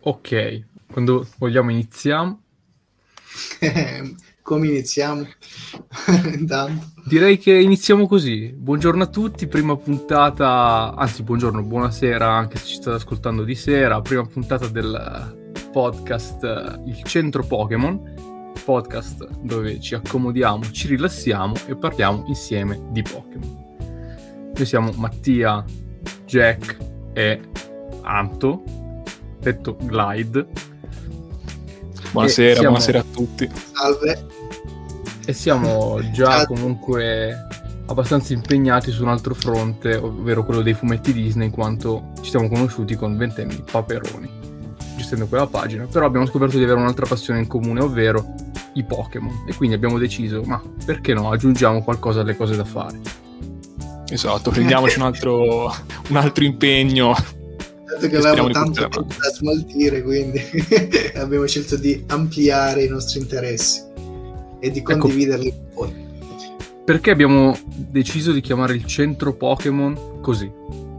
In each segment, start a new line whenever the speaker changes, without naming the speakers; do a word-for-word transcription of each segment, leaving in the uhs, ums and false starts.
Ok, quando vogliamo iniziamo?
Come iniziamo? Intanto.
Direi che iniziamo così. Buongiorno a tutti, prima puntata, anzi buongiorno, buonasera anche se ci state ascoltando di sera, prima puntata del podcast Il Centro Pokémon, podcast dove ci accomodiamo, ci rilassiamo e parliamo insieme di Pokémon. Noi siamo Mattia, Jack e Anto, detto Glide.
Buonasera,
siamo...
buonasera a tutti.
Salve.
E siamo già comunque abbastanza impegnati su un altro fronte, ovvero quello dei fumetti Disney, in quanto ci siamo conosciuti con ventenni paperoni, gestendo quella pagina. Però abbiamo scoperto di avere un'altra passione in comune, ovvero i Pokémon. E quindi abbiamo deciso, ma perché no, aggiungiamo qualcosa alle cose da fare.
Esatto, prendiamoci un altro, un altro impegno.
Dato che avevamo tanto tempo da smaltire, quindi abbiamo scelto di ampliare i nostri interessi e di condividerli con voi.
Perché abbiamo deciso di chiamare il centro Pokémon così?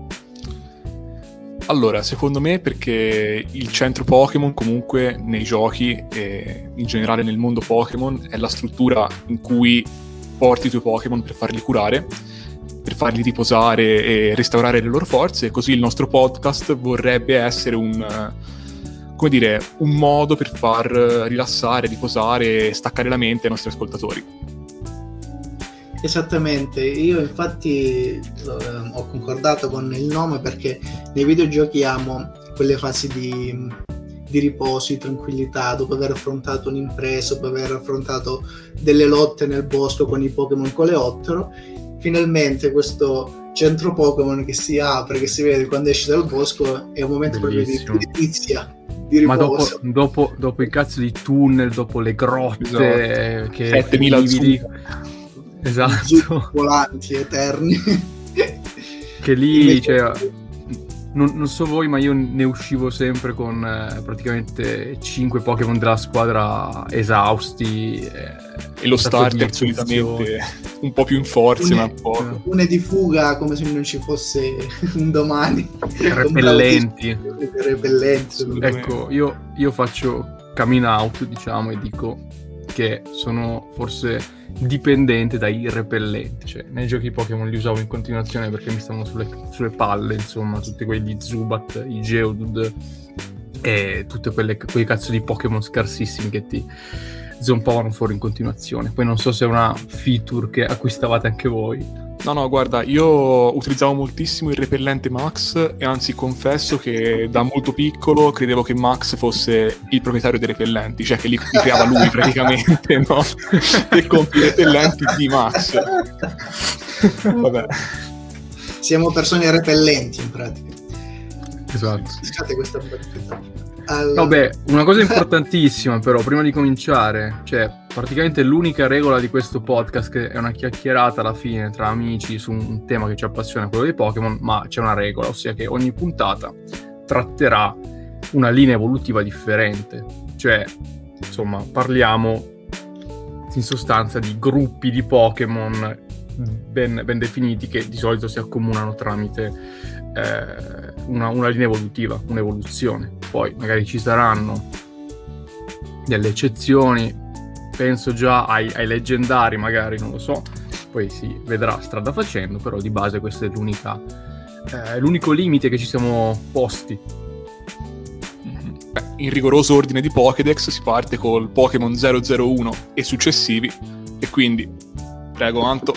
Allora, secondo me perché il centro Pokémon comunque nei giochi e in generale nel mondo Pokémon è la struttura in cui porti i tuoi Pokémon per farli curare, per farli riposare e restaurare le loro forze. Così il nostro podcast vorrebbe essere un, come dire, un modo per far rilassare, riposare e staccare la mente ai nostri ascoltatori.
Esattamente, io infatti eh, ho concordato con il nome perché nei videogiochi amo quelle fasi di, di riposo, di tranquillità, dopo aver affrontato un'impresa, dopo aver affrontato delle lotte nel bosco con i Pokémon coleottero. Finalmente questo centro Pokémon che si apre, che si vede quando esci dal bosco, è un momento
bellissimo,
proprio di delizia, di riposo.
Ma dopo, dopo, dopo i cazzo di tunnel, dopo le grotte, esatto, che
settemila
lividi, esatto,
volanti eterni,
che lì, cioè, non, non so voi, ma io ne uscivo sempre con eh, praticamente cinque Pokémon della squadra esausti. Eh,
e lo starter solitamente un po' più in forze, ma poco.
Une di fuga come se non ci fosse un domani.
Repellenti.
Repellenti.
Ecco, io, io faccio coming out, diciamo, e dico che sono forse dipendente dai repellenti. Cioè, nei giochi Pokémon li usavo in continuazione perché mi stavano sulle, sulle palle, insomma, tutti quelli Zubat, i Geodude e tutte quelle quei cazzo di Pokémon scarsissimi che ti zompavano fuori in continuazione. Poi non so se è una feature che acquistavate anche voi.
No, no, guarda, io utilizzavo moltissimo il repellente Max e anzi confesso che da molto piccolo credevo che Max fosse il proprietario dei repellenti, cioè che li, li creava lui praticamente, no? E compie i repellenti di Max. Vabbè.
Siamo persone repellenti in pratica.
Esatto.
Scusate questa battuta. Allora.
Vabbè, una cosa importantissima però, prima di cominciare, cioè praticamente l'unica regola di questo podcast, che è una chiacchierata alla fine tra amici su un tema che ci appassiona, quello dei Pokémon, ma c'è una regola, ossia che ogni puntata tratterà una linea evolutiva differente, cioè insomma parliamo in sostanza di gruppi di Pokémon ben, ben definiti che di solito si accomunano tramite eh, una, una linea evolutiva, un'evoluzione. Poi magari ci saranno delle eccezioni, penso già ai, ai leggendari, magari, non lo so, poi si vedrà strada facendo, però di base questo è l'unica, eh, l'unico limite che ci siamo posti.
Beh, in rigoroso ordine di Pokédex si parte col Pokémon zero zero uno e successivi, e quindi prego Anto.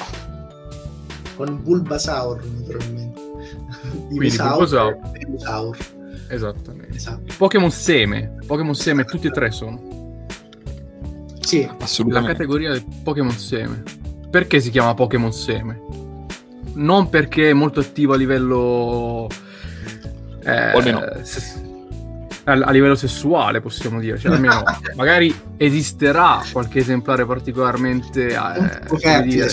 Con Bulbasaur naturalmente.
Quindi Bulbasaur.
Bulbasaur.
Esattamente.
Esatto.
Pokémon seme, Pokémon seme tutti e tre sono.
Sì,
assolutamente.
La categoria del Pokémon seme. Perché si chiama Pokémon seme? Non perché è molto attivo a livello eh,
o almeno
se, a, a livello sessuale, possiamo dire, cioè almeno magari esisterà qualche esemplare particolarmente eh, come dire,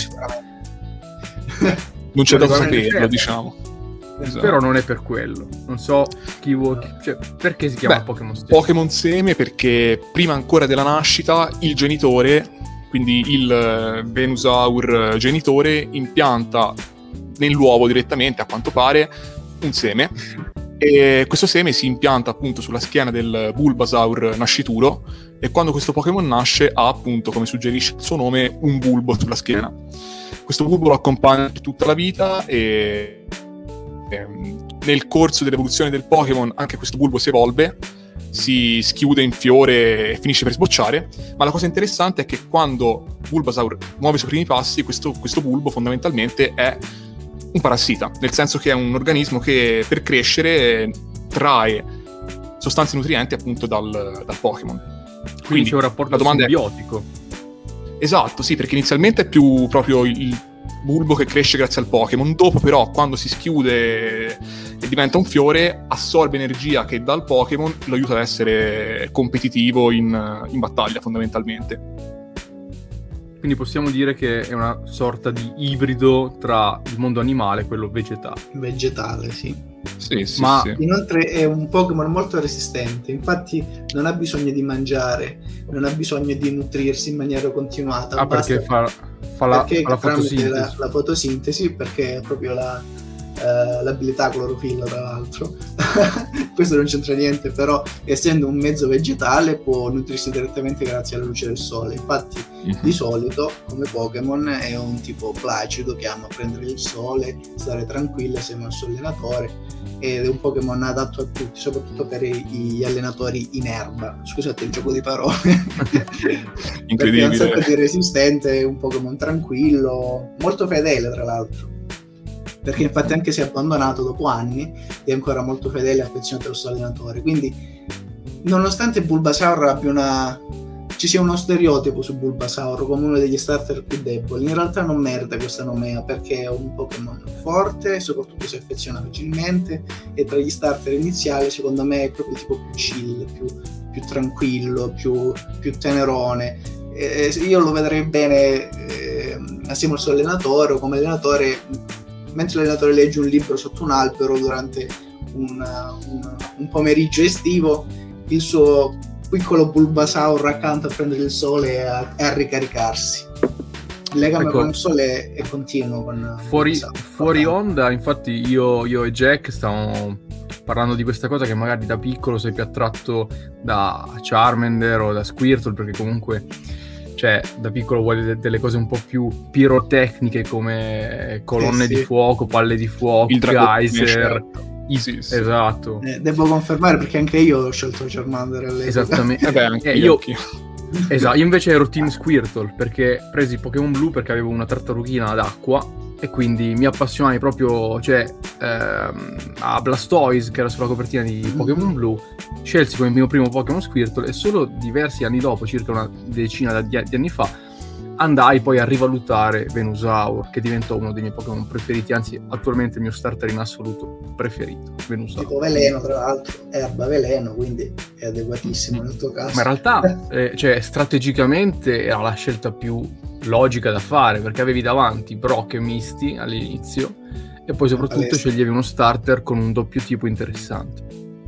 non c'è da saperlo, diciamo.
Esatto. Però non è per quello. Non so chi vuoi, cioè, perché si chiama Beh, Pokémon seme?
Pokémon seme perché prima ancora della nascita il genitore, quindi il Venusaur genitore, impianta nell'uovo direttamente, a quanto pare, un seme E questo seme si impianta appunto sulla schiena del Bulbasaur nascituro, e quando questo Pokémon nasce ha appunto, come suggerisce il suo nome, un bulbo sulla schiena. Questo bulbo lo accompagna per tutta la vita e, e nel corso dell'evoluzione del Pokémon anche questo bulbo si evolve, si schiude in fiore e finisce per sbocciare. Ma la cosa interessante è che quando Bulbasaur muove i suoi primi passi, questo, questo bulbo fondamentalmente è un parassita, nel senso che è un organismo che per crescere trae sostanze nutrienti appunto dal, dal Pokémon.
Quindi,
Quindi
c'è un rapporto
la domanda
simbiotico.
È... Esatto, sì, perché inizialmente è più proprio il bulbo che cresce grazie al Pokémon, dopo però quando si schiude e diventa un fiore assorbe energia che dal Pokémon lo aiuta ad essere competitivo in, in battaglia fondamentalmente.
Quindi possiamo dire che è una sorta di ibrido tra il mondo animale e quello vegetale.
Vegetale, sì.
Sì, sì,
Ma
sì.
Inoltre è un Pokémon molto resistente, infatti non ha bisogno di mangiare, non ha bisogno di nutrirsi in maniera continuata.
Ah,
basta...
perché fa, fa la,
perché
fa la
tramite
fotosintesi.
La, la fotosintesi, perché è proprio la, eh, l'abilità clorofilla, tra l'altro. Questo non c'entra niente, però essendo un mezzo vegetale può nutrirsi direttamente grazie alla luce del sole. Infatti
Mm-hmm.
di solito come Pokémon è un tipo placido che ama prendere il sole, stare tranquillo assieme al suo allenatore, ed è un Pokémon adatto a tutti, soprattutto per i, gli allenatori in erba. Scusate il gioco di parole.
Incredibile.
Perché è un sacco di resistente, è un Pokémon tranquillo, molto fedele tra l'altro, perché infatti anche se è abbandonato dopo anni è ancora molto fedele e affezionato al suo allenatore. Quindi nonostante Bulbasaur abbia una ci sia uno stereotipo su Bulbasaur come uno degli starter più deboli, in realtà non merita questa nomea, perché è un Pokémon forte, soprattutto si affeziona facilmente, e tra gli starter iniziali secondo me è proprio tipo più chill, più, più tranquillo, più, più tenerone. Eh, io lo vedrei bene eh, assieme al suo allenatore o come allenatore, mentre l'allenatore legge un libro sotto un albero durante una, una, un pomeriggio estivo, il suo piccolo Bulbasaur accanto a prendere il sole e a, a ricaricarsi. Il legame
ecco,
con il sole è continuo con
fuori, fuori onda. Infatti io, io e Jack stavamo parlando di questa cosa, che magari da piccolo sei più attratto da Charmander o da Squirtle, perché comunque cioè da piccolo vuoi de- delle cose un po' più pirotecniche come colonne
eh sì.
di fuoco, palle di fuoco,
il
geyser. I...
Sì, sì.
Esatto.
Eh, devo confermare perché anche io ho scelto Charmander all'epoca.
Esattamente.
Eh beh, anche
eh,
io.
io... Esatto, io invece ero team Squirtle, perché presi Pokémon Blu perché avevo una tartarughina d'acqua e quindi mi appassionai proprio, cioè ehm, a Blastoise, che era sulla copertina di Pokémon Blu, scelsi come mio primo Pokémon Squirtle, e solo diversi anni dopo, circa una decina di, di anni fa, andai poi a rivalutare Venusaur, che diventò uno dei miei Pokémon preferiti, anzi attualmente il mio starter in assoluto preferito, Venusaur.
Tipo veleno, tra l'altro, erba veleno, quindi è adeguatissimo nel tuo caso.
Ma in realtà, eh, cioè, strategicamente era la scelta più logica da fare, perché avevi davanti Brock e Misty all'inizio, e poi soprattutto
Palestra.
sceglievi uno starter con un doppio tipo interessante.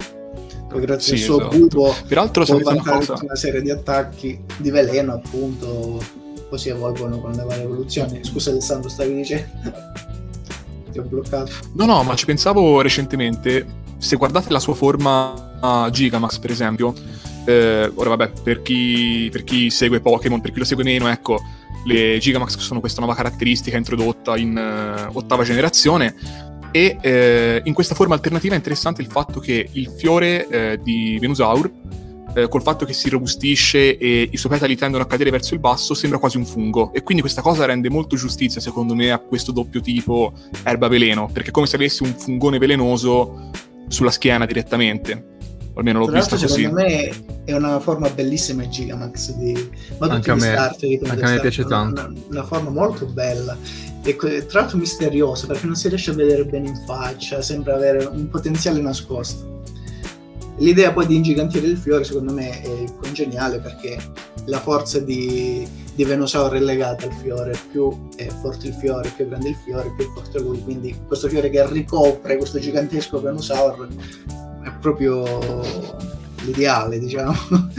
Poi grazie
Sì,
al suo
esatto.
bulbo
Peraltro
può
sapete una
vantare
cosa?
tutta una serie di attacchi di veleno, appunto, poi si evolvono con le varie evoluzioni. Scusa Alessandro, stavi dicendo? Ti ho bloccato.
No, no, ma ci pensavo recentemente. Se guardate la sua forma a Gigamax, per esempio, eh, ora vabbè, per chi, per chi segue Pokémon, per chi lo segue meno, ecco, le Gigamax sono questa nuova caratteristica introdotta in uh, ottava generazione, e eh, in questa forma alternativa è interessante il fatto che il fiore eh, di Venusaur, eh, col fatto che si robustisce e i suoi petali tendono a cadere verso il basso, sembra quasi un fungo, e quindi questa cosa rende molto giustizia secondo me a questo doppio tipo erba veleno, perché è come se avessi un fungone velenoso sulla schiena direttamente, o almeno l'ho
Tra
vista
l'altro,
così.
secondo me è una forma bellissima Gigamax di... ma tutti
Anche a
gli
me,
starter di
anche a me piace
una,
tanto.
una, una forma molto bella e tra l'altro misteriosa, perché non si riesce a vedere bene in faccia, sembra avere un potenziale nascosto. L'idea poi di ingigantire il fiore secondo me è congeniale, perché la forza di, di Venusaur è legata al fiore, più è forte il fiore, più è grande il fiore, più è forte lui, quindi questo fiore che ricopre questo gigantesco Venusaur è proprio l'ideale, diciamo.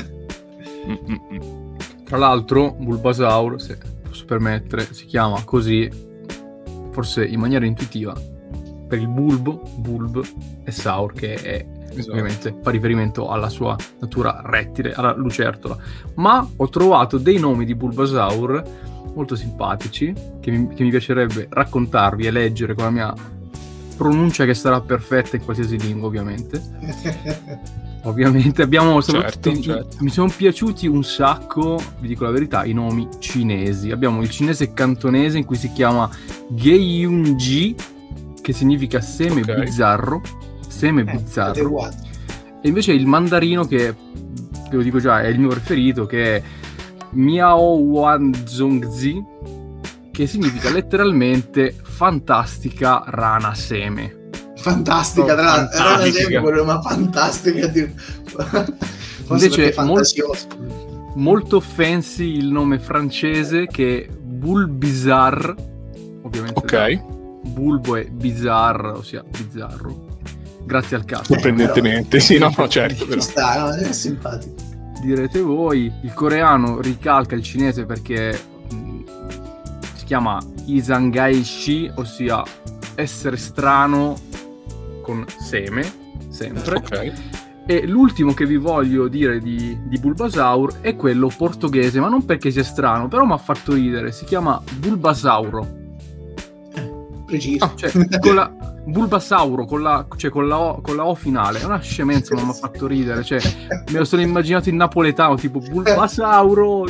Mm-mm.
Tra l'altro Bulbasaur, se posso permettere, si chiama così forse in maniera intuitiva per il bulbo, bulb e saur, che è, esatto, ovviamente fa riferimento alla sua natura rettile, alla lucertola. Ma ho trovato dei nomi di Bulbasaur molto simpatici che mi, che mi piacerebbe raccontarvi e leggere con la mia pronuncia, che sarà perfetta in qualsiasi lingua, ovviamente. Ovviamente abbiamo
certo, certo.
Mi sono piaciuti un sacco, vi dico la verità, i nomi cinesi. Abbiamo il cinese cantonese, in cui si chiama Geiyunji, che significa seme okay. bizzarro, seme eh, bizzarro. E invece il mandarino, che ve lo dico già, è il mio preferito, che è Miao Wanzongzi, che significa letteralmente fantastica rana seme.
Fantastica, oh, tra fantastica. Rana seme, quello, ma fantastica.
Invece molto, molto fancy il nome francese, che è Bulbizarre, ovviamente.
Ok.
Bulbo è bizarre, ossia bizzarro. Grazie al cazzo.
Sorprendentemente, eh, sì, no, no, certo.
Ci sta, no, è simpatico.
Direte voi, il coreano ricalca il cinese perché mh, si chiama Izangai-shi, ossia essere strano con seme, sempre.
Ok.
E l'ultimo che vi voglio dire di, di Bulbasaur è quello portoghese, ma non perché sia strano, però mi ha fatto ridere. Si chiama Bulbasauro.
Preciso.
Ah, cioè, con la Bulbasauro con la, cioè con la, o, con la O finale è una scemenza, ma mi ha fatto ridere, cioè me lo sono immaginato in napoletano, tipo Bulbasauro.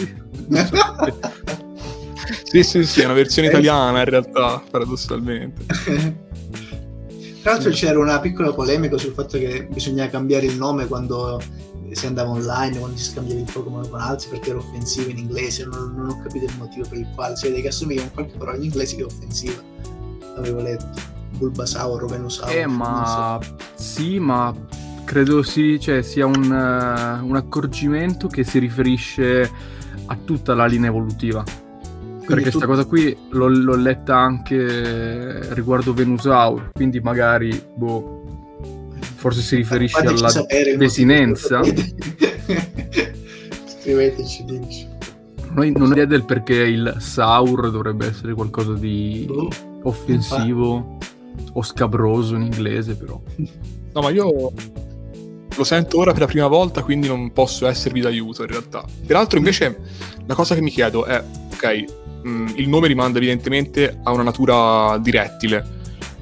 Sì, sì, sì, è una versione italiana in realtà, paradossalmente.
Tra l'altro c'era una piccola polemica sul fatto che bisogna cambiare il nome quando si andava online, quando si scambiava il Pokémon con altri, perché era offensivo in inglese. Non, non ho capito il motivo per il quale si vede che assomiglia a qualche parola in inglese che è offensiva. Avevo letto Bulbasauro, Venusauro.
Eh, ma so. Sì, ma credo sì, cioè sia un, uh, un accorgimento che si riferisce a tutta la linea evolutiva. Quindi perché questa tu... cosa qui l'ho, l'ho letta anche riguardo Venusaur, quindi magari boh, forse si riferisce alla desinenza.
Scriveteci, dici.
Noi non ho idea del perché il Saur dovrebbe essere qualcosa di oh, offensivo o scabroso in inglese, però.
No, ma io lo sento ora per la prima volta, quindi non posso esservi d'aiuto in realtà. Peraltro invece la cosa che mi chiedo è, ok, mh, il nome rimanda evidentemente a una natura di rettile,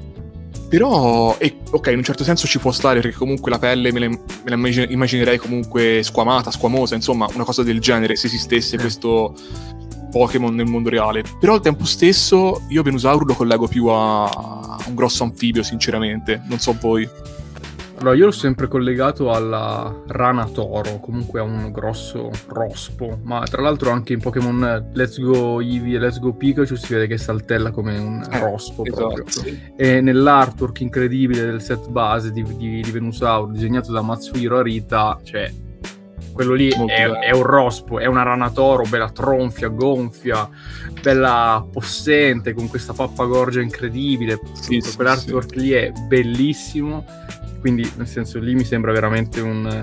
però e, ok, in un certo senso ci può stare, perché comunque la pelle me la, me la immagine, immaginerei comunque squamata, squamosa, insomma una cosa del genere se esistesse eh. questo Pokémon nel mondo reale. Però al tempo stesso io Venusaur lo collego più a un grosso anfibio, sinceramente, non so voi.
Allora, io l'ho sempre collegato alla rana toro, comunque a un grosso rospo, ma tra l'altro anche in Pokémon Let's Go Eevee e Let's Go Pikachu si vede che saltella come un eh, rospo esatto, proprio. Sì. E nell'artwork incredibile del set base di, di, di Venusaur, disegnato da Matsuhiro Arita, cioè quello lì è, è un rospo, è una rana toro bella tronfia, gonfia, bella possente, con questa pappagorgia incredibile.
Sì, sì,
quell'artwork sì. lì è bellissimo. Quindi, nel senso, lì mi sembra veramente un,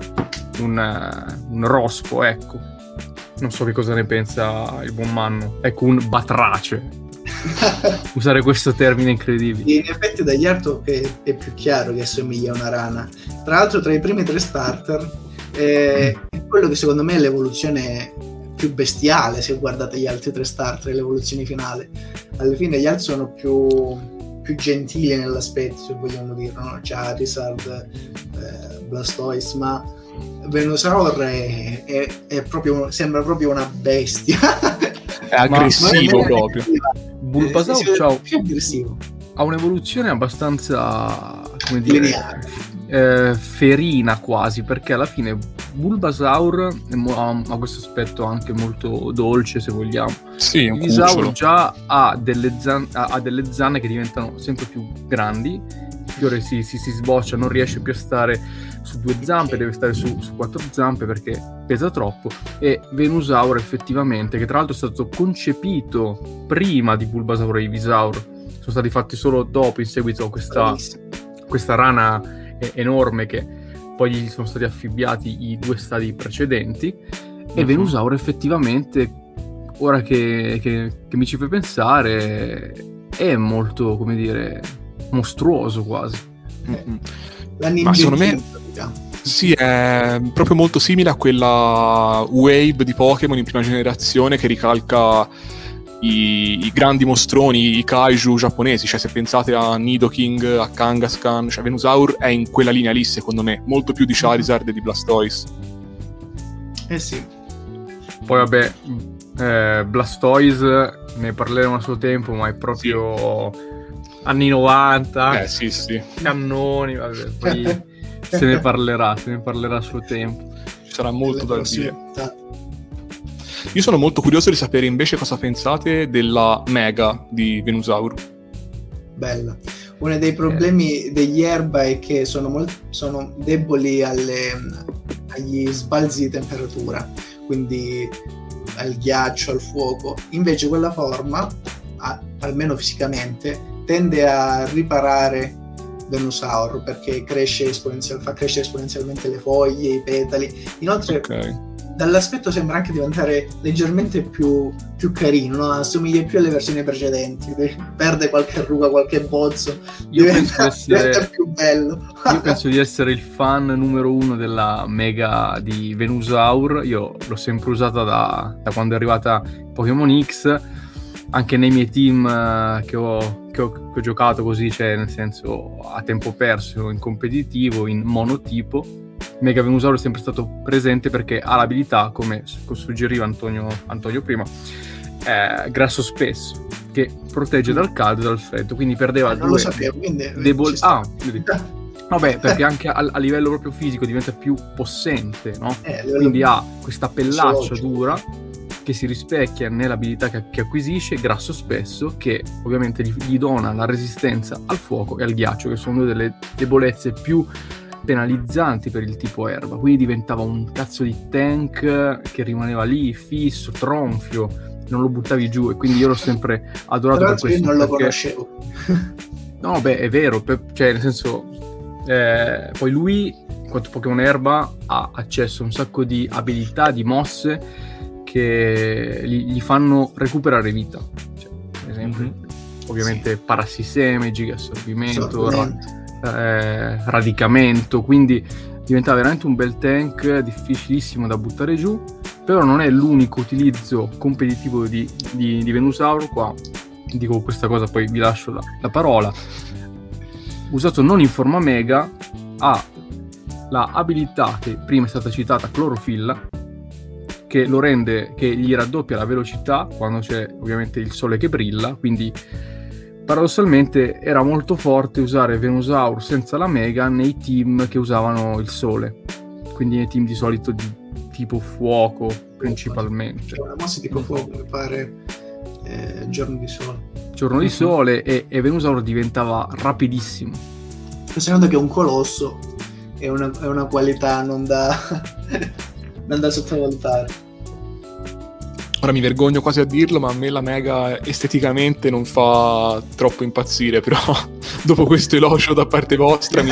un, un rospo, ecco. Non so che cosa ne pensa il buon Manno. Ecco, un batrace. Usare questo termine incredibile.
In effetti dagli artwork è, è più chiaro che assomiglia a una rana. Tra l'altro tra i primi tre starter eh, mm. è quello che secondo me è l'evoluzione più bestiale, se guardate gli altri tre starter, l'evoluzione finale. Alla fine gli altri sono più... più gentili nell'aspetto, se vogliamo dire, no? Charizard, eh, Blastoise, ma Venusaur è, è, è proprio, sembra proprio una bestia.
È aggressivo ma, ma proprio.
Bulbasaur
eh,
ciao.
più aggressivo.
Ha un'evoluzione abbastanza, come dire, eh, ferina quasi, perché alla fine Bulbasaur ha, ha questo aspetto anche molto dolce, se vogliamo.
Sì, un
Bulbasaur già ha delle, zan- ha delle zanne che diventano sempre più grandi, il fiore si, si, si sboccia, non riesce più a stare su due zampe, deve stare su, su quattro zampe perché pesa troppo. E Venusaur effettivamente, che tra l'altro è stato concepito prima di Bulbasaur e Ivysaur, sono stati fatti solo dopo, in seguito a questa, questa rana enorme che poi gli sono stati affibbiati i due stadi precedenti. Mm-hmm. E Venusaur effettivamente, ora che, che, che mi ci fai pensare, è molto, come dire, mostruoso quasi.
Mm-hmm.
La
Ma secondo me sì, è proprio molto simile a quella wave di Pokémon in prima generazione che ricalca i, i grandi mostroni, i kaiju giapponesi. Cioè, se pensate a Nidoking, a Kangaskhan, cioè Venusaur è in quella linea lì, secondo me, molto più di Charizard e di Blastoise.
Eh sì.
Poi vabbè, eh, Blastoise ne parleremo a suo tempo, ma è proprio sì. anni novanta,
eh sì sì,
cannoni, vabbè, poi se ne parlerà, se ne parlerà a suo tempo.
Ci sarà molto da dire. Io sono molto curioso di sapere invece cosa pensate della Mega di Venusaur.
Bella. Uno dei problemi eh. degli erba è che sono, molt- sono deboli alle, agli sbalzi di temperatura, quindi al ghiaccio, al fuoco. Invece quella forma, a, almeno fisicamente, tende a riparare Venusaur perché cresce esponenzial- fa crescere esponenzialmente le foglie, i petali. Inoltre, okay. dall'aspetto sembra anche diventare leggermente più, più carino, no? Assomiglia più alle versioni precedenti, perde qualche ruga, qualche bozzo,
io
diventa,
penso di essere,
diventa più bello.
Io penso di essere il fan numero uno della Mega di Venusaur. Io l'ho sempre usata da, da quando è arrivata Pokémon X, anche nei miei team che ho, che ho, che ho giocato così, cioè nel senso a tempo perso, in competitivo, in monotipo. Mega Venusaur è sempre stato presente perché ha l'abilità, come suggeriva Antonio, Antonio prima, eh, grasso spesso, che protegge dal caldo e dal freddo, quindi perdeva
ah, non
due
lo sapevo, quindi
debol- ah, vabbè, perché anche a, a livello proprio fisico diventa più possente, no? Eh, quindi ha questa pellaccia dura che si rispecchia nell'abilità che, che acquisisce, grasso spesso, che ovviamente gli, gli dona la resistenza al fuoco e al ghiaccio, che sono due delle debolezze più penalizzanti per il tipo erba. Quindi diventava un cazzo di tank che rimaneva lì fisso, tronfio, non lo buttavi giù, e quindi io l'ho sempre adorato per questo.
Io non lo
perché...
conoscevo.
No, beh, è vero, per... cioè nel senso eh, poi lui, in quanto Pokémon erba, ha accesso a un sacco di abilità, di mosse che gli, gli fanno recuperare vita, cioè, per esempio mm-hmm. ovviamente sì. Parassiseme, giga assorbimento, ra- eh, radicamento, quindi diventa veramente un bel tank difficilissimo da buttare giù. Però non è l'unico utilizzo competitivo di, di, di Venusaur. Qua dico questa cosa, poi vi lascio la, la parola. Usato non in forma mega, ha la abilità che prima è stata citata, clorofilla, che lo rende, che gli raddoppia la velocità quando c'è ovviamente il sole che brilla. Quindi paradossalmente era molto forte usare Venusaur senza la mega nei team che usavano il sole, quindi nei team di solito di tipo fuoco principalmente.
C'è una mossa tipo fuoco, mi pare eh, giorno di sole
giorno di sole e, e Venusaur diventava rapidissimo.
Considerando che è un colosso, è una, è una qualità non da non da sottovalutare.
Ora mi vergogno quasi a dirlo, ma a me la mega esteticamente non fa troppo impazzire, però dopo questo elogio da parte vostra mi,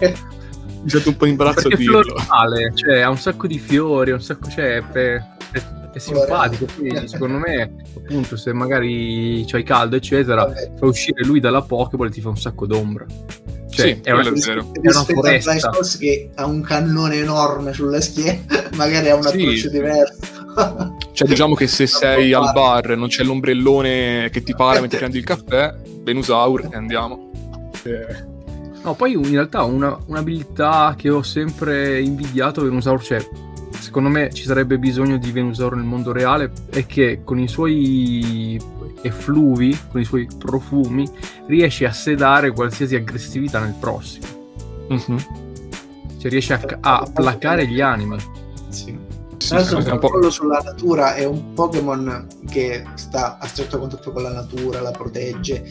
mi sento un po' in imbarazzo a dirlo.
Florale, cioè ha un sacco di fiori, un sacco, cioè è, è, è simpatico, quindi secondo me appunto se magari c'hai caldo eccetera, vabbè, fa uscire lui dalla Pokéball e ti fa un sacco d'ombra. Cioè,
sì, è, una, è, vero.
È una foresta che ha un cannone enorme sulla schiena, magari ha un approccio sì. diverso.
Cioè diciamo che se sei al bar, non c'è l'ombrellone che ti para mentre prendi il caffè, Venusaur e andiamo.
Eh. No, poi in realtà una, un'abilità che ho sempre invidiato Venusaur, cioè secondo me ci sarebbe bisogno di Venusaur nel mondo reale, è che con i suoi effluvi, con i suoi profumi, riesce a sedare qualsiasi aggressività nel prossimo. Mm-hmm. Cioè riesce a, a placare gli animi.
Sì. Tra l'altro il controllo sulla natura è un Pokémon che sta a stretto contatto con la natura, la protegge.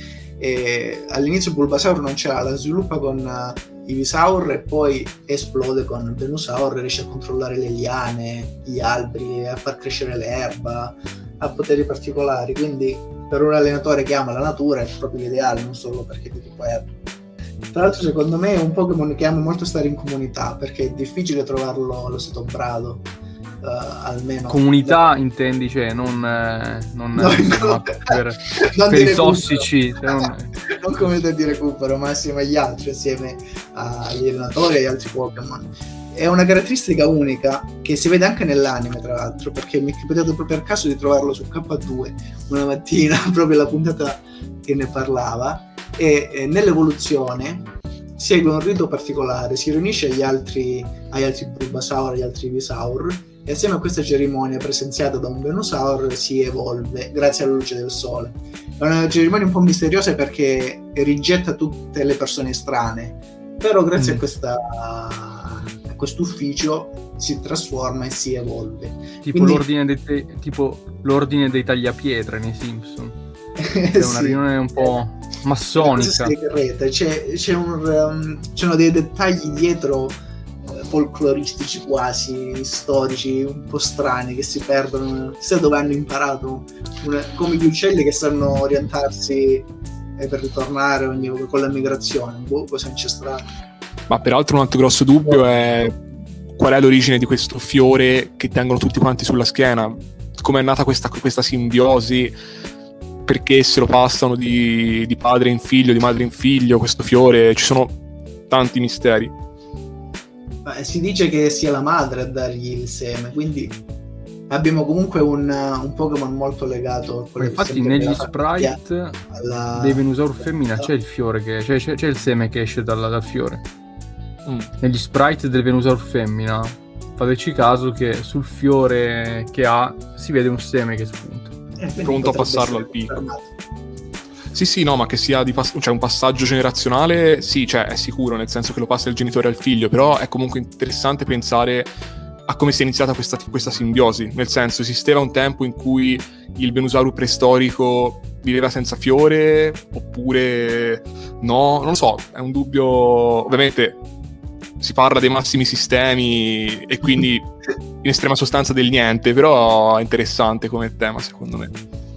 E all'inizio Bulbasaur non c'era, la sviluppa con uh, Ivysaur e poi esplode con Venusaur, riesce a controllare le liane, gli alberi, a far crescere l'erba, ha poteri particolari, quindi per un allenatore che ama la natura è proprio l'ideale, non solo perché è di tipo erba. Tra l'altro secondo me è un Pokémon che ama molto stare in comunità, perché è difficile trovarlo allo stato brado. uh, almeno
comunità, da... intendi, cioè non, eh, non,
no,
insomma,
no,
per,
non
per i tossici,
cioè
non...
non come da dire recupero, ma assieme agli altri, assieme agli allenatori e agli altri Pokémon. È una caratteristica unica che si vede anche nell'anime, tra l'altro, perché mi è capitato proprio per caso di trovarlo su K due una mattina, proprio la puntata che ne parlava, e, e nell'evoluzione segue un rito particolare, si riunisce agli altri, agli altri Bulbasaur, agli altri Ivysaur, e assieme a questa cerimonia presenziata da un Venusaur si evolve grazie alla luce del sole. È una cerimonia un po' misteriosa perché rigetta tutte le persone strane, però grazie mm. a questa a questo ufficio si trasforma e si evolve.
Tipo,
Quindi...
l'ordine dei te- tipo l'ordine dei tagliapietre nei Simpson. È una
sì.
riunione un po' massonica.
C'è, c'è, un, um, c'è dei dettagli dietro uh, folcloristici, quasi storici, un po' strani, che si perdono. Chissà dove hanno imparato, una, come gli uccelli che sanno orientarsi eh, per ritornare ogni, con la migrazione, boh, cosa ancestrale.
Ma peraltro un altro grosso dubbio è qual è l'origine di questo fiore che tengono tutti quanti sulla schiena, come è nata questa, questa simbiosi, perché se lo passano di, di padre in figlio, di madre in figlio, questo fiore, ci sono tanti misteri.
Beh, si dice che sia la madre a dargli il seme, quindi abbiamo comunque un, un Pokémon molto legato a quello.
Infatti negli sprite alla... dei Venusaur femmina c'è il fiore che c'è, c'è, c'è il seme che esce dal, dal fiore. Mm. Negli sprite del Venusaur femmina fateci caso che sul fiore che ha si vede un seme che spunta.
Eh,
pronto a passarlo al picco. Sì, sì, no, ma che sia di pass- cioè un passaggio generazionale, sì, cioè è sicuro, nel senso che lo passa il genitore al figlio, però è comunque interessante pensare a come sia iniziata questa, questa simbiosi, nel senso esisteva un tempo in cui il Venusaur preistorico viveva senza fiore, oppure no, non lo so, è un dubbio, ovviamente si parla dei massimi sistemi e quindi in estrema sostanza del niente, però è interessante come tema secondo me.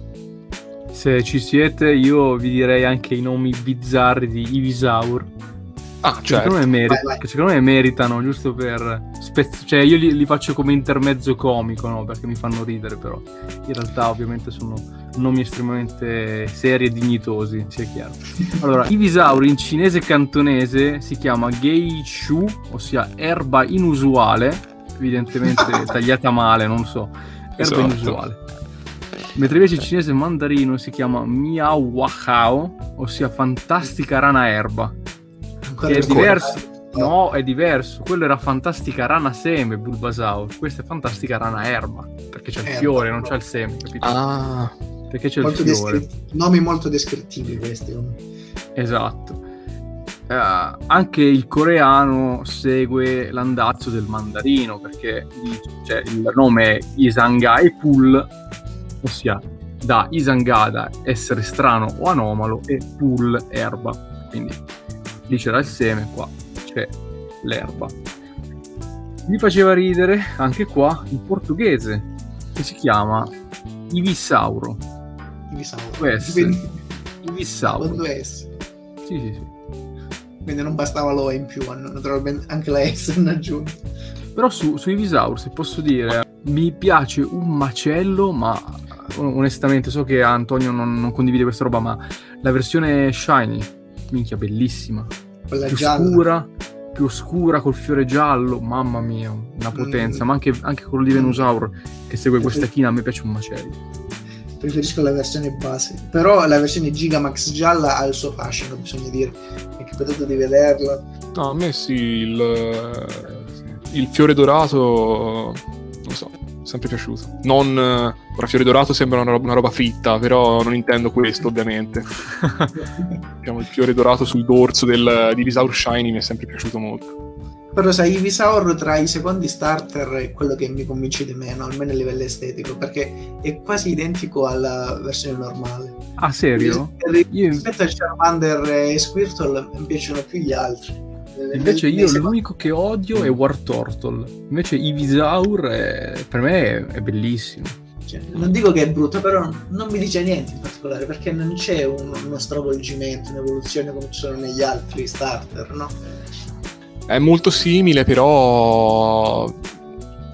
Se ci siete io vi direi anche i nomi bizzarri di Ivysaur.
Ah,
che,
certo.
secondo me meri-
vai, vai.
che secondo me meritano, giusto per spez- cioè io li, li faccio come intermezzo comico, no? Perché mi fanno ridere, però in realtà ovviamente sono nomi estremamente seri e dignitosi, sia chiaro. Allora, Ivysaur in cinese cantonese si chiama Geishu, ossia erba inusuale, evidentemente tagliata male, non lo so, erba
Esatto.
inusuale. Mentre invece il cinese mandarino si chiama Miao Wahao, ossia fantastica rana erba.
Ancora
Che è
ancora.
diverso. No, è diverso. Quello era fantastica rana seme, Bulbasaur. Questa è fantastica rana erba, perché c'è il
Erba.
fiore, non c'è il seme, capito?
Ah,
Perché c'è
Molto
il fiore.
descritti- nomi molto descrittivi questi.
Esatto. Eh, anche il coreano segue l'andazzo del mandarino, perché il, cioè, il nome è Isangai Pul, ossia da Isangada essere strano o anomalo e Pul erba. Quindi lì c'era il seme, qua c'è l'erba. Mi faceva ridere anche qua in portoghese, che si chiama Ivysauro.
Ivysaur.
Questo.
Quindi,
Ivysauro.
con due S.
Sì, sì, sì.
Quindi non bastava l'O in più, hanno naturalmente anche la S hanno aggiunto.
Però su, su Ivysaur, se posso dire, mi piace un macello, ma onestamente so che Antonio non, non condivide questa roba, ma la versione shiny, minchia, bellissima.
Quella
Più
gialla.
scura, più scura col fiore giallo, mamma mia, una potenza.
Mm.
Ma anche, anche quello di Venusaur che segue questa china, a me piace un macello.
Preferisco la versione base, però la versione Gigamax gialla ha il suo fascino, bisogna dire. Mi è capitato di vederla.
no, a me sì, il, il fiore dorato, non lo so, sempre piaciuto. Non, ora fiore dorato sembra una roba, una roba fritta, però non intendo questo ovviamente. Diciamo, il fiore dorato sul dorso del, di Ivysaur Shiny mi è sempre piaciuto molto.
Però sai, Ivysaur tra i secondi starter è quello che mi convince di meno, almeno a livello estetico, perché è quasi identico alla versione normale.
Ah, serio? Io-
Rispetto a Charmander e Squirtle mi piacciono più gli altri.
Invece
Nei
io
secondi-
l'unico che odio è War Turtle. Invece Ivysaur è, per me è, è bellissimo.
cioè, non dico che è brutto, però non mi dice niente in particolare, perché non c'è un- uno stravolgimento, un'evoluzione come ci sono negli altri starter, no?
È molto simile, però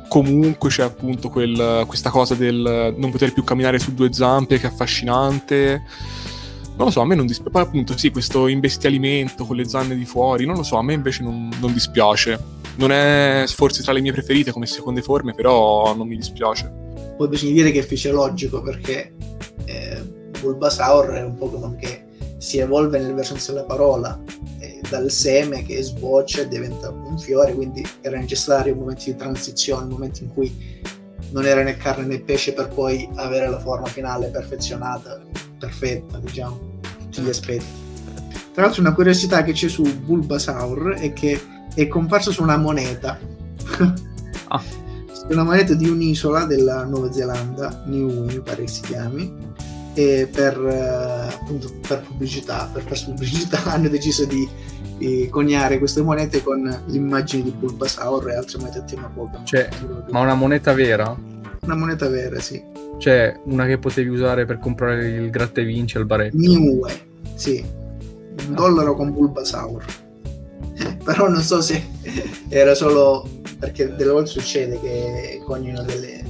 comunque c'è appunto quel, questa cosa del non poter più camminare su due zampe che è affascinante. Non lo so, a me non dispiace. Poi appunto sì, questo imbestialimento con le zanne di fuori, non lo so, a me invece non, non dispiace. Non è forse tra le mie preferite come seconde forme, però non mi dispiace.
Poi bisogna dire che è fisiologico, perché eh, Bulbasaur è un Pokémon che si evolve nel vero senso della parola, eh, dal seme che sboccia e diventa un fiore, quindi era necessario un momento di transizione, un momento in cui non era né carne né pesce, per poi avere la forma finale perfezionata, perfetta, diciamo, tutti gli aspetti. Tra l'altro una curiosità che c'è su Bulbasaur è che è comparso su una moneta.
Ah.
Una moneta di un'isola della Nuova Zelanda, Niue mi pare che si chiami, e per eh, appunto per pubblicità, per fare pubblicità hanno deciso di, di coniare queste monete con l'immagine di Bulbasaur e altre monete a tema Pokémon.
Cioè, ma una moneta vera?
Una moneta vera, sì.
Cioè, una che potevi usare per comprare il gratta e vinci al baretto.
Niue, sì. Un dollaro con Bulbasaur. Però non so se era solo perché delle volte succede che coniano delle,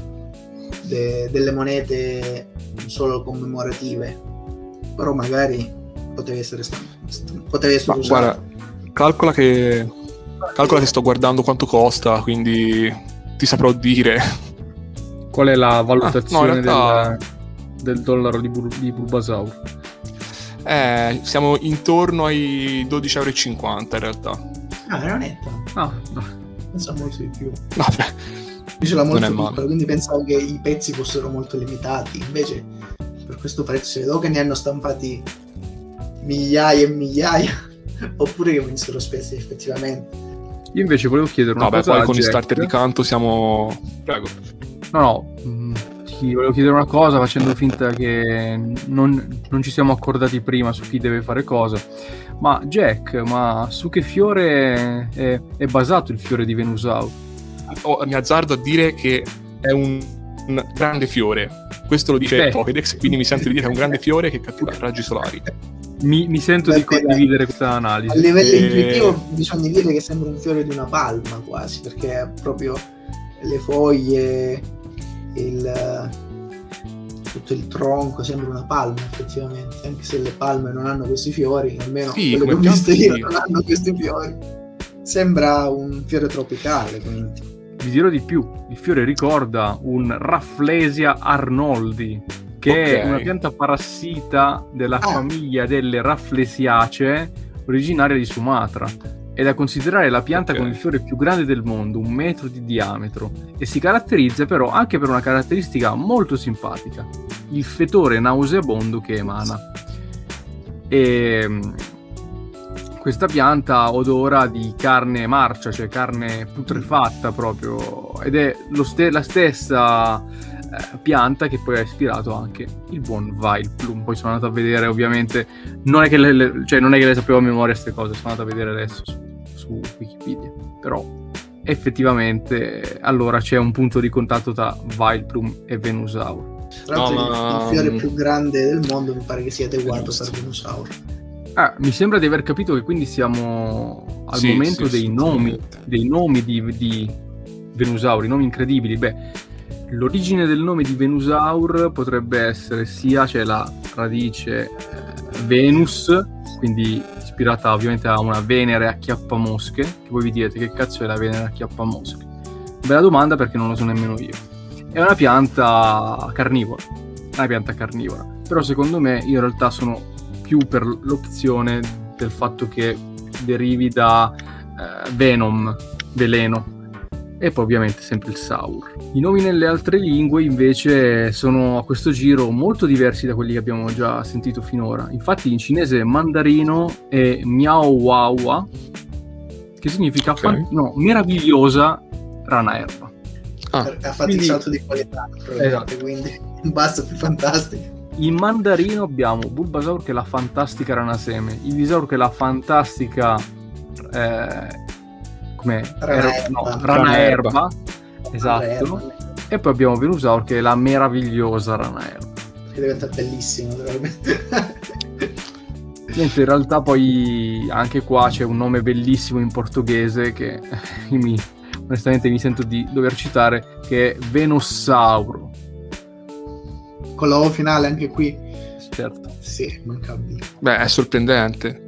de, delle monete solo commemorative, però magari potevi essere st- st- potevi essere
usato. Guarda, calcola che calcola che sto guardando quanto costa, quindi ti saprò dire
qual è la valutazione
ah, no, realtà...
del, del dollaro di, Bul- di Bulbasaur.
Eh, siamo intorno ai dodici virgola cinquanta euro in realtà.
Ah, veramente?
Ah, no.
Pensavo molto di più.
Vabbè.
Invece era molto piccolo, quindi pensavo che i pezzi fossero molto limitati. Invece per questo prezzo si vedo che ne hanno stampati migliaia e migliaia, oppure che venissero spesi effettivamente.
Io invece volevo chiedere una
Vabbè,
cosa.
Poi con
Jack.
i starter di canto siamo... Prego.
No, no. Mh, ti volevo chiedere una cosa facendo finta che non, non ci siamo accordati prima su chi deve fare cosa. Ma Jack, ma su che fiore è, è basato il fiore di Venusaur?
Oh, mi azzardo a dire che è un, un grande fiore. Questo lo dice
Beh.
Pokédex, quindi mi sento di dire che è un grande fiore che cattura raggi solari.
Mi, mi sento
Beh,
di condividere questa analisi.
A livello
E-
intuitivo bisogna dire che sembra un fiore di una palma quasi, perché ha proprio le foglie, il, tutto il tronco sembra una palma effettivamente, anche se le palme non hanno questi fiori, almeno
Sì,
quelle che ho
come
visto
piante
io
sì.
non hanno questi fiori. Sembra un fiore tropicale, quindi.
Vi dirò di più, il fiore ricorda un Rafflesia arnoldi, che
Ok.
è una pianta parassita della
Ah.
famiglia delle Rafflesiacee, originaria di Sumatra. È da considerare la pianta
Ok.
con il fiore più grande del mondo, un metro di diametro, e si caratterizza però anche per una caratteristica molto simpatica, il fetore nauseabondo che emana. E mh, questa pianta odora di carne marcia, cioè carne putrefatta proprio, ed è lo ste- la stessa eh, pianta che poi ha ispirato anche il buon Vileplume. Poi sono andato a vedere, ovviamente, non è che le, le- cioè non è che le sapevo a memoria queste cose, sono andato a vedere adesso su, su Wikipedia, però effettivamente allora c'è un punto di contatto tra Vileplume e Venusaur.
Tra l'altro
No,
il-
ma-
il fiore più grande del mondo mi pare che sia adeguato
Giusto.
per Venusaur.
Ah, mi sembra di aver capito che quindi siamo al
Sì,
momento
sì,
dei
sì,
nomi,
assolutamente.
dei nomi di, di Venusaur, i nomi incredibili. Beh, l'origine del nome di Venusaur potrebbe essere sia, c'è la radice eh, Venus, quindi ispirata ovviamente a una Venere acchiappamosche, che voi vi direte che cazzo è la Venere acchiappamosche? Bella domanda, perché non lo so nemmeno io. È una pianta carnivora, è una pianta carnivora, però secondo me io in realtà sono più per l'opzione del fatto che derivi da eh, venom, veleno, e poi ovviamente sempre il Saur. I nomi nelle altre lingue invece sono a questo giro molto diversi da quelli che abbiamo già sentito finora. Infatti in cinese mandarino è Miao Wawa, che significa
Ok.
fan- no, meravigliosa rana erba.
Ah,
Ha fatto
quindi-
il salto di qualità, probabilmente,
Esatto.
quindi basta, più fantastico.
In mandarino abbiamo Bulbasaur che è la fantastica rana seme, Ivysaur che è la fantastica eh, com'è?
Rana
Er- no,
erba.
rana
Rana
erba,
erba.
esatto, e poi abbiamo Venusaur che è la meravigliosa rana erba.
Che diventa bellissimo, veramente.
Niente, in realtà poi anche qua c'è un nome bellissimo in portoghese che mi onestamente mi sento di dover citare, che è Venossauro.
Con la O finale anche qui.
Certo.
Sì, mancabile.
Beh, è sorprendente.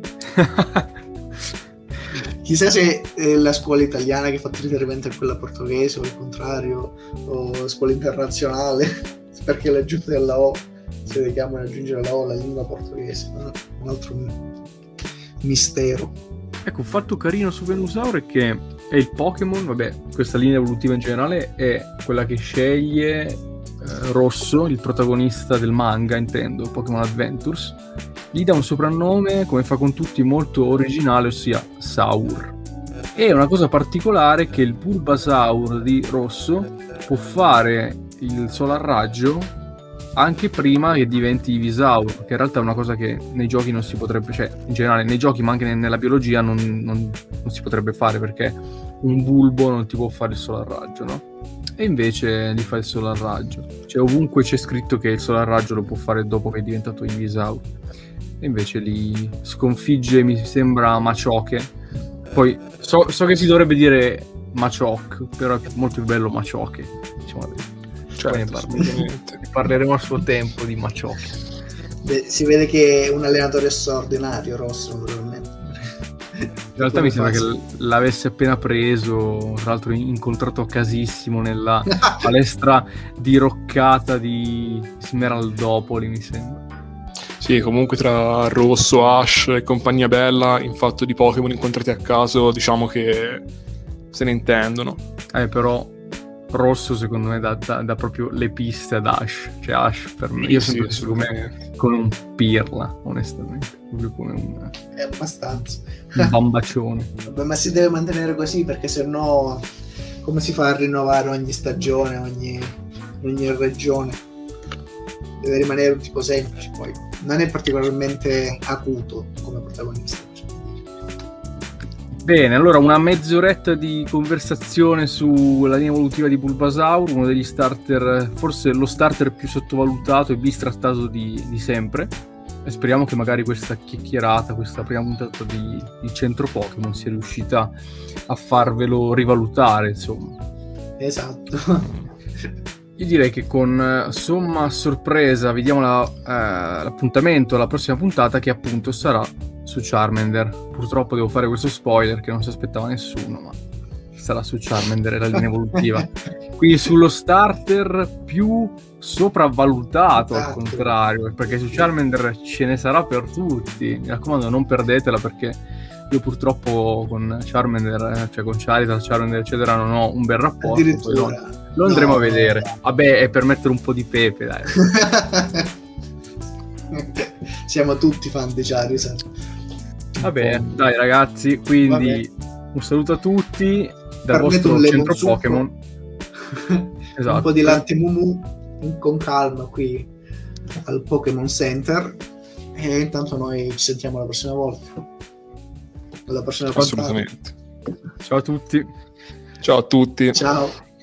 Chissà se eh, la scuola italiana che fa riferimento a quella portoghese o il contrario, o scuola internazionale, perché l'aggiunta della O, se vediamo aggiungere la O alla lingua portoghese, no? Un altro mistero.
Ecco, un fatto carino su Venusaur è che è il Pokémon, vabbè, questa linea evolutiva in generale è quella che sceglie eh, Rosso, il protagonista del manga, intendo, Pokémon Adventures. Gli dà un soprannome, come fa con tutti, molto originale, ossia Saur. E una cosa particolare è che il Bulbasaur di Rosso può fare il Solar Raggio anche prima che diventi Ivysaur, che in realtà è una cosa che nei giochi non si potrebbe, cioè in generale nei giochi ma anche nella biologia non, non, non si potrebbe fare, perché un bulbo non ti può fare il Solar Raggio, no? E invece gli fa il Solar Raggio. Cioè ovunque c'è scritto che il Solar Raggio lo può fare dopo che è diventato Ivysaur. E invece li sconfigge, mi sembra, Machoke. Poi so, so che si dovrebbe dire Machoke, però è molto più bello Machoke, diciamo.
Certo,
Poi ne, parleremo, ne parleremo a suo tempo di Machoke.
Beh, si vede che è un allenatore straordinario, Rosso, naturalmente.
In realtà mi sembra che l'avesse appena preso, tra l'altro incontrato a casissimo nella palestra diroccata di Smeraldopoli, mi sembra.
Sì, comunque tra Rosso, Ash e compagnia bella, in fatto di Pokémon incontrati a caso, diciamo che se ne intendono.
Eh, però Rosso secondo me dà, dà, dà proprio le piste ad Ash. Cioè Ash per me, io
sì,
sempre sì, come, come un pirla, onestamente. Proprio come un...
È abbastanza.
un bambacione.
Vabbè, ma si deve mantenere così, perché sennò come si fa a rinnovare ogni stagione, ogni, ogni regione? Deve rimanere un tipo semplice, poi non è particolarmente acuto come protagonista.
Bene, allora una mezz'oretta di conversazione sulla linea evolutiva di Bulbasaur, uno degli starter, forse lo starter più sottovalutato e bistrattato di, di sempre, e speriamo che magari questa chiacchierata, questa prima puntata di, di Centro Pokémon sia riuscita a farvelo rivalutare, insomma.
Esatto.
Io direi che con somma sorpresa vediamo la, eh, l'appuntamento alla prossima puntata, che appunto sarà su Charmander. Purtroppo devo fare questo spoiler che non si aspettava nessuno, ma sarà su Charmander, la linea evolutiva. Quindi sullo starter più sopravvalutato, al contrario, perché su Charmander ce ne sarà per tutti. Mi raccomando, non perdetela, perché io purtroppo con Charmander, cioè con Charizard, Charmander eccetera, non ho un bel rapporto. Poi lo, lo andremo no, a vedere. No. Vabbè, è per mettere un po' di pepe, dai.
Siamo tutti fan di Charizard.
Vabbè, dai ragazzi, quindi vabbè, un saluto a tutti dal vostro centro Pokémon. Esatto.
Un po' di latte mumu con calma qui al Pokémon Center, e intanto noi ci sentiamo la prossima volta. Alla prossima puntata.
Assolutamente.
Ciao a tutti.
Ciao a tutti.
Ciao.